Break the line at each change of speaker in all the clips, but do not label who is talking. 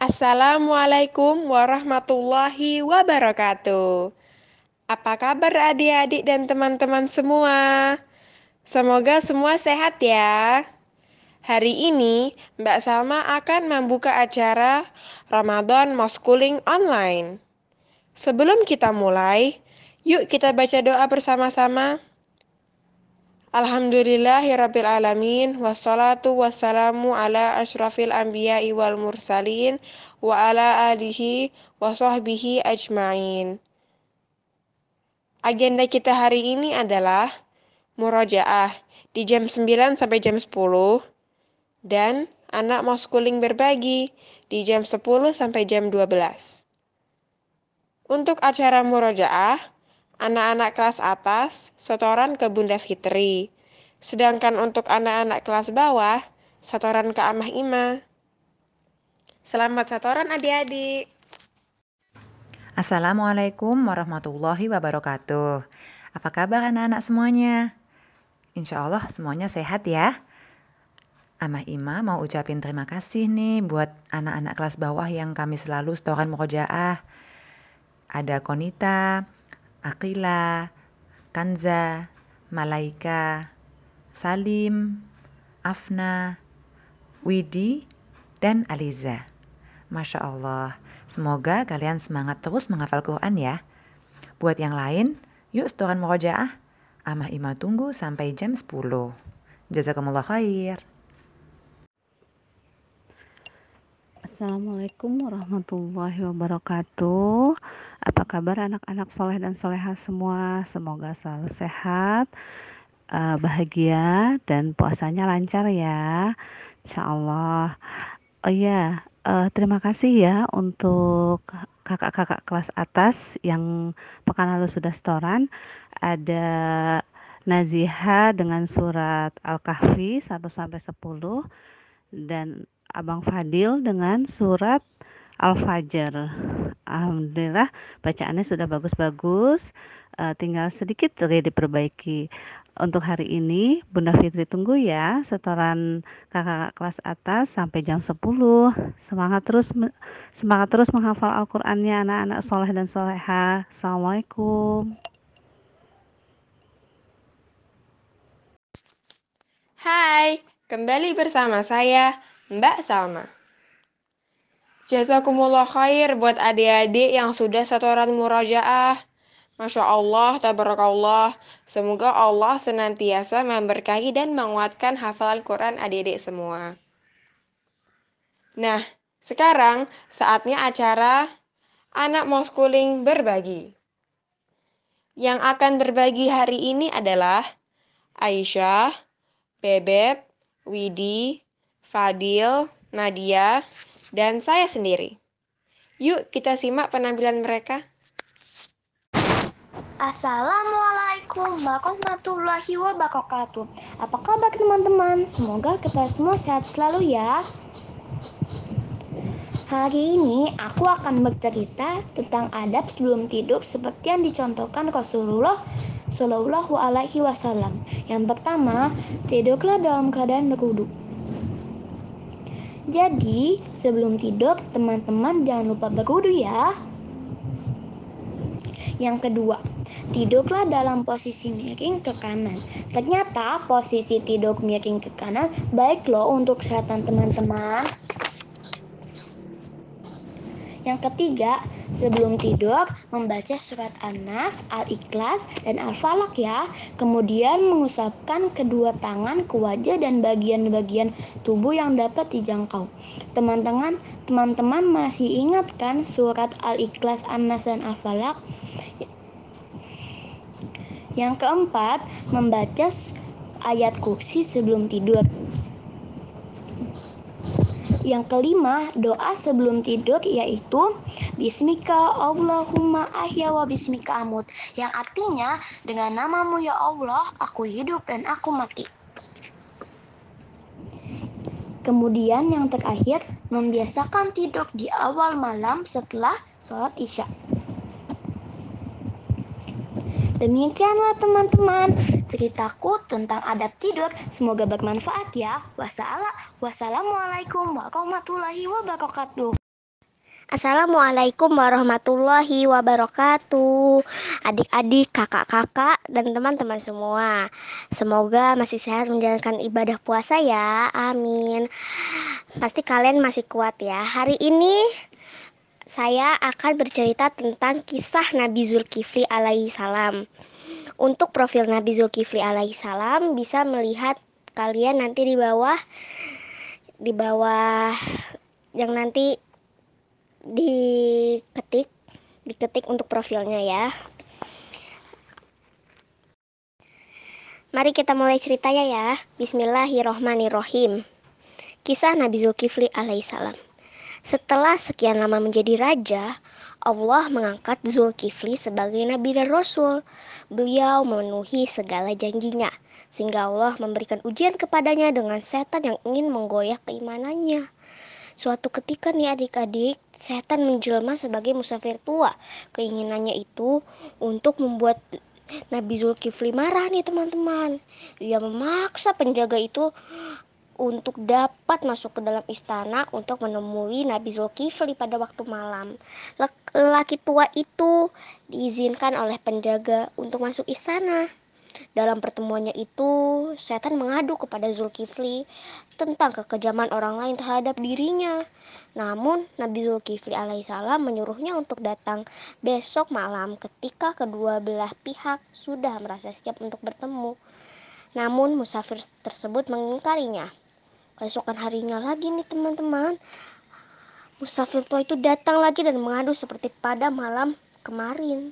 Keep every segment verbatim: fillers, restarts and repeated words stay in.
Assalamualaikum warahmatullahi wabarakatuh. Apa kabar adik-adik dan teman-teman semua? Semoga semua sehat ya. Hari ini Mbak Salma akan membuka acara Ramadan Homeschooling Online. Sebelum kita mulai, yuk kita baca doa bersama-sama. Alhamdulillahirabbil alamin wassalatu wassalamu ala asyrafil anbiya'i wal mursalin wa ala alihi wa sahbihi ajmain. Agenda kita hari ini adalah murojaah di jam sembilan sampai jam sepuluh dan anak homeschooling berbagi di jam sepuluh sampai jam dua belas. Untuk acara murojaah, anak-anak kelas atas setoran ke Bunda Fitri, sedangkan untuk anak-anak kelas bawah setoran ke Amah Ima. Selamat setoran adik-adik.
Assalamualaikum warahmatullahi wabarakatuh. Apa kabar anak-anak semuanya? Insya Allah semuanya sehat ya. Amah Ima mau ucapin terima kasih nih buat anak-anak kelas bawah yang kami selalu setoran murojaah. Ada Konita, Akila, Kanza, Malaika, Salim, Afna, Widi, dan Aliza. Masya Allah, semoga kalian semangat terus menghafal Quran ya. Buat yang lain, yuk setoran murojaah. Amah Ima tunggu sampai jam sepuluh. Jazakumullah khair.
Assalamualaikum warahmatullahi wabarakatuh. Apa kabar anak-anak soleh dan soleha semua? Semoga selalu sehat, uh, bahagia, dan puasanya lancar ya, insya Allah. Oh iya, uh, terima kasih ya untuk kakak-kakak kelas atas yang pekan lalu sudah setoran. Ada Naziha dengan surat Al-Kahfi satu sampai sepuluh dan Abang Fadil dengan surat Al-Fajr. Alhamdulillah bacaannya sudah bagus-bagus, uh, tinggal sedikit lagi diperbaiki. Untuk hari ini Bunda Fitri tunggu ya setoran kakak kelas atas sampai jam sepuluh. Semangat terus semangat terus menghafal Al-Qur'annya anak-anak soleh dan soleha. Assalamualaikum.
Hai, kembali bersama saya Mbak Salma. Jazakumullah khair buat adik-adik yang sudah setoran murojaah. Masya Allah, tabarakallah. Semoga Allah senantiasa memberkahi dan menguatkan hafalan Quran adik-adik semua. Nah, sekarang saatnya acara Anak Homeschooling Berbagi. Yang akan berbagi hari ini adalah Aisyah, Bebep, Widi, Fadil, Nadia, dan saya sendiri. Yuk kita simak penampilan mereka.
Assalamualaikum warahmatullahi wabarakatuh. Apa kabar teman-teman? Semoga kita semua sehat selalu ya. Hari ini aku akan bercerita tentang adab sebelum tidur seperti yang dicontohkan Rasulullah Shallallahu Alaihi Wasallam. Yang pertama, tidurlah dalam keadaan berwudu. Jadi sebelum tidur teman-teman jangan lupa berwudu ya. Yang kedua, tidurlah dalam posisi miring ke kanan. Ternyata posisi tidur miring ke kanan baik loh untuk kesehatan teman-teman. Yang ketiga, sebelum tidur membaca surat An-Nas, Al-Ikhlas, dan Al-Falaq ya. Kemudian mengusapkan kedua tangan ke wajah dan bagian-bagian tubuh yang dapat dijangkau. Teman-teman, teman-teman masih ingat kan surat Al-Ikhlas, An-Nas, dan Al-Falaq? Yang keempat, membaca ayat kursi sebelum tidur. Yang kelima, doa sebelum tidur yaitu Bismika Allahumma ahya wa bismika amut, yang artinya dengan namamu ya Allah aku hidup dan aku mati. Kemudian yang terakhir, membiasakan tidur di awal malam setelah sholat isya. Demikianlah teman-teman ceritaku tentang adab tidur. Semoga bermanfaat ya. Wassalamualaikum warahmatullahi wabarakatuh.
Assalamualaikum warahmatullahi wabarakatuh. Adik-adik, kakak-kakak, dan teman-teman semua. Semoga masih sehat menjalankan ibadah puasa ya. Amin. Pasti kalian masih kuat ya. Hari ini saya akan bercerita tentang kisah Nabi Zulkifli alaihi salam. Untuk profil Nabi Zulkifli alaihi salam bisa melihat kalian nanti di bawah di bawah yang nanti diketik diketik untuk profilnya ya. Mari kita mulai ceritanya ya. Bismillahirrohmanirrohim. Kisah Nabi Zulkifli alaihissalam. Setelah sekian lama menjadi raja, Allah mengangkat Zulkifli sebagai nabi dan rasul. Beliau memenuhi segala janjinya, sehingga Allah memberikan ujian kepadanya dengan setan yang ingin menggoyah keimanannya. Suatu ketika nih adik-adik, setan menjelma sebagai musafir tua. Keinginannya itu untuk membuat Nabi Zulkifli marah nih teman-teman. Ia memaksa penjaga itu untuk dapat masuk ke dalam istana untuk menemui Nabi Zulkifli pada waktu malam. Lelaki tua itu diizinkan oleh penjaga untuk masuk istana. Dalam pertemuannya itu, setan mengadu kepada Zulkifli tentang kekejaman orang lain terhadap dirinya. Namun, Nabi Zulkifli alaihissalam menyuruhnya untuk datang besok malam ketika kedua belah pihak sudah merasa siap untuk bertemu. Namun, musafir tersebut mengingkarinya. Keesokan harinya lagi nih teman-teman, musafir tua itu datang lagi dan mengadu seperti pada malam kemarin.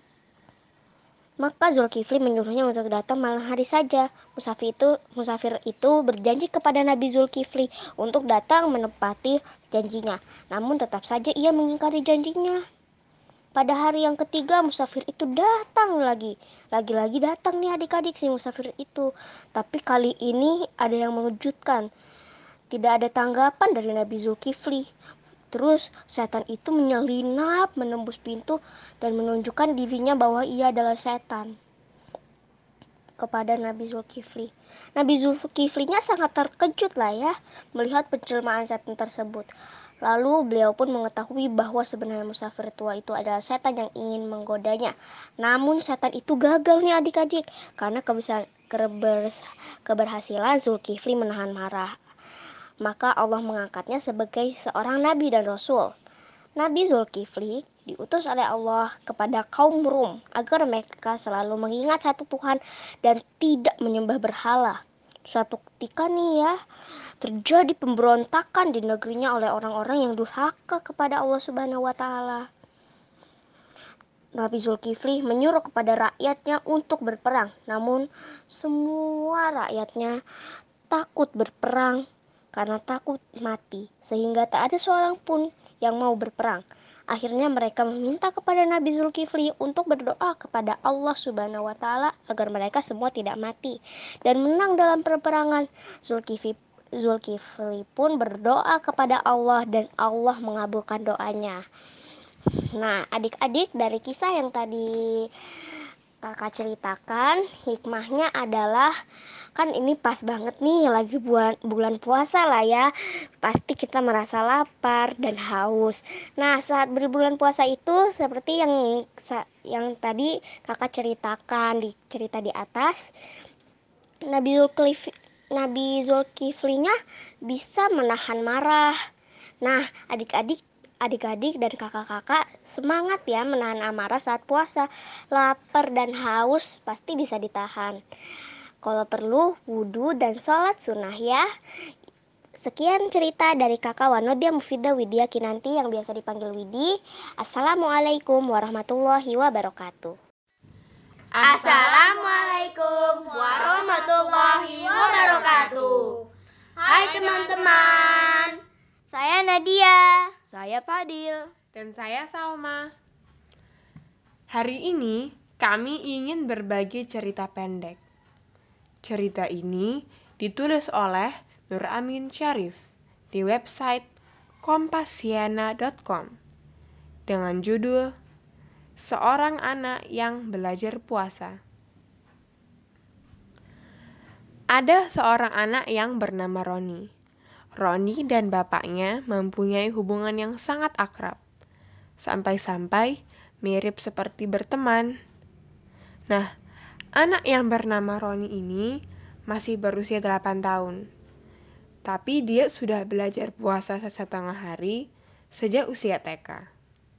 Maka Zulkifli menyuruhnya untuk datang malam hari saja. Musafir itu, musafir itu berjanji kepada Nabi Zulkifli untuk datang menepati janjinya. Namun tetap saja ia mengingkari janjinya. Pada hari yang ketiga musafir itu datang lagi. Lagi-lagi datang nih adik-adik si musafir itu. Tapi kali ini ada yang mengejutkan. Tidak ada tanggapan dari Nabi Zulkifli. Terus setan itu menyelinap menembus pintu dan menunjukkan dirinya bahwa ia adalah setan kepada Nabi Zulkifli. Nabi Zulkiflinya sangat terkejut lah ya melihat penjelmaan setan tersebut. Lalu beliau pun mengetahui bahwa sebenarnya musafir tua itu adalah setan yang ingin menggodanya. Namun setan itu gagal nih adik-adik karena keberhasilan Zulkifli menahan marah. Maka Allah mengangkatnya sebagai seorang nabi dan rasul. Nabi Zulkifli diutus oleh Allah kepada kaum Rum agar mereka selalu mengingat satu Tuhan dan tidak menyembah berhala. Suatu ketika nih ya, terjadi pemberontakan di negerinya oleh orang-orang yang durhaka kepada Allah Subhanahu wa taala. Nabi Zulkifli menyuruh kepada rakyatnya untuk berperang, namun semua rakyatnya takut berperang karena takut mati, sehingga tak ada seorang pun yang mau berperang. Akhirnya mereka meminta kepada Nabi Zulkifli untuk berdoa kepada Allah Subhanahu wa taala agar mereka semua tidak mati dan menang dalam peperangan. Zulkifli Zulkifli pun berdoa kepada Allah dan Allah mengabulkan doanya. Nah, adik-adik, dari kisah yang tadi kakak ceritakan, hikmahnya adalah kan ini pas banget nih lagi bulan, bulan puasa lah ya. Pasti kita merasa lapar dan haus. Nah, saat berbulan puasa itu seperti yang yang tadi kakak ceritakan di cerita di atas, Nabi Zulkifli Nabi Zulkiflinya bisa menahan marah. Nah, adik-adik Adik-adik dan kakak-kakak semangat ya menahan amarah saat puasa. Lapar dan haus pasti bisa ditahan. Kalau perlu wudhu dan sholat sunnah ya. Sekian cerita dari kakak Wanodia Mufidah Widya Kinanti yang biasa dipanggil Widi. Assalamualaikum warahmatullahi wabarakatuh.
Assalamualaikum warahmatullahi wabarakatuh. Hai teman-teman, saya Nadia.
Saya Fadil.
Dan saya Salma. Hari ini kami ingin berbagi cerita pendek. Cerita ini ditulis oleh Nur Amin Syarif di website kompasiana dot com dengan judul Seorang Anak yang Belajar Puasa. Ada seorang anak yang bernama Roni. Roni dan bapaknya mempunyai hubungan yang sangat akrab. sampai-sampai mirip seperti berteman. Nah, anak yang bernama Roni ini masih berusia delapan tahun. Tapi dia sudah belajar puasa setengah hari sejak usia T K.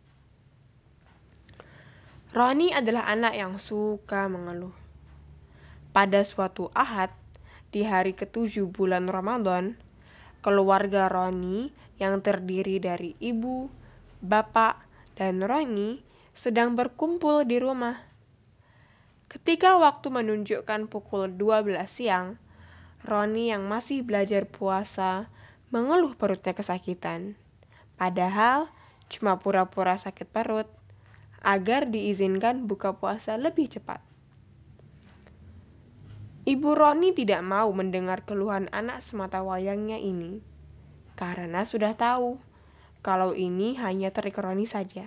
Roni adalah anak yang suka mengeluh. Pada suatu Ahad, di hari ketujuh bulan Ramadan, keluarga Roni yang terdiri dari ibu, bapak, dan Roni sedang berkumpul di rumah. Ketika waktu menunjukkan pukul dua belas siang, Roni yang masih belajar puasa mengeluh perutnya kesakitan. Padahal cuma pura-pura sakit perut agar diizinkan buka puasa lebih cepat. Ibu Roni tidak mau mendengar keluhan anak semata wayangnya ini, karena sudah tahu kalau ini hanya trik Roni saja.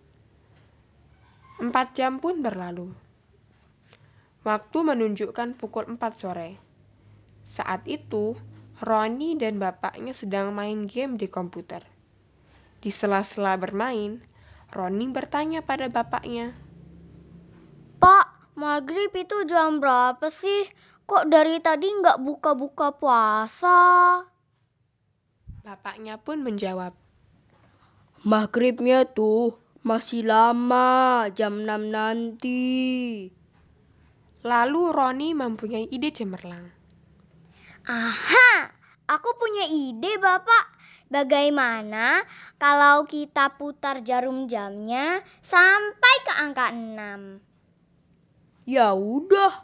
Empat jam pun berlalu. Waktu menunjukkan pukul empat sore. Saat itu, Roni dan bapaknya sedang main game di komputer. Di sela-sela bermain, Roni bertanya pada bapaknya,
Pak, maghrib itu jam berapa sih? Kok dari tadi nggak buka-buka puasa?
Bapaknya pun menjawab,
Maghribnya tuh masih lama, jam enam nanti.
Lalu Roni mempunyai ide cemerlang.
Aha, aku punya ide Bapak. Bagaimana kalau kita putar jarum jamnya sampai ke angka enam?
Ya udah.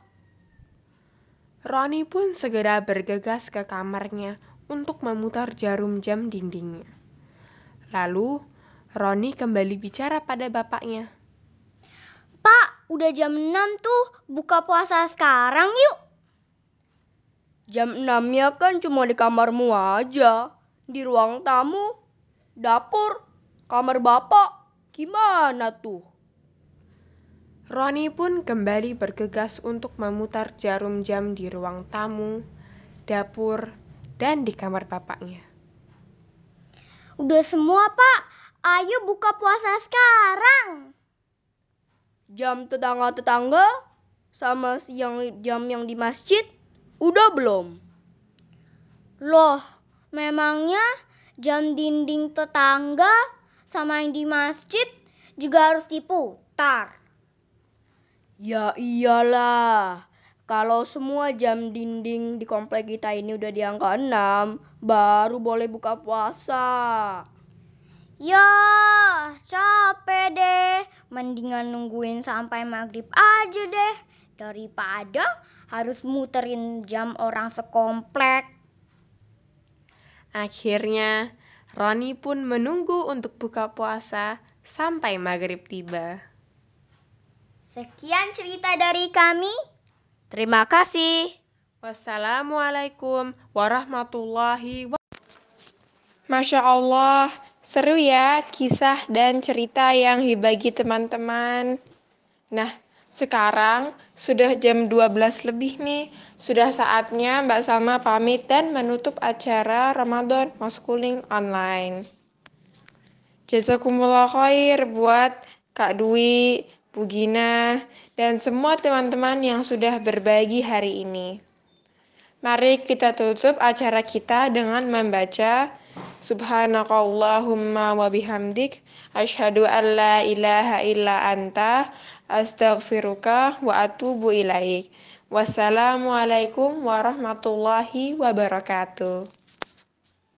Roni pun segera bergegas ke kamarnya untuk memutar jarum jam dindingnya. Lalu Roni kembali bicara pada bapaknya.
Pak, udah jam enam tuh, buka puasa sekarang yuk.
Jam enamnya kan cuma di kamarmu aja. Di ruang tamu, dapur, kamar bapak. Gimana tuh?
Roni pun kembali bergegas untuk memutar jarum jam di ruang tamu, dapur, dan di kamar bapaknya.
Udah semua Pak, ayo buka puasa sekarang.
Jam tetangga-tetangga sama yang jam yang di masjid udah belum?
Loh, memangnya jam dinding tetangga sama yang di masjid juga harus diputar?
Ya iyalah. Kalau semua jam dinding di komplek kita ini udah di angka enam, baru boleh buka puasa.
Ya, capek deh. Mendingan nungguin sampai maghrib aja deh. Daripada harus muterin jam orang sekomplek.
Akhirnya, Roni pun menunggu untuk buka puasa sampai maghrib tiba.
Sekian cerita dari kami.
Terima kasih.
Wassalamualaikum warahmatullahi wabarakatuh.
Masya Allah, seru ya kisah dan cerita yang dibagi teman-teman. Nah, sekarang sudah jam dua belas lebih nih. Sudah saatnya Mbak Salma pamit dan menutup acara Ramadan Homeschooling Online. Jazakumullah khair buat Kak Dwi, Bu Gina, dan semua teman-teman yang sudah berbagi hari ini. Mari kita tutup acara kita dengan membaca Subhanakallahumma wa bihamdik asyhadu an la ilaha illa anta astaghfiruka wa atubu ilaik. Wassalamualaikum warahmatullahi wabarakatuh.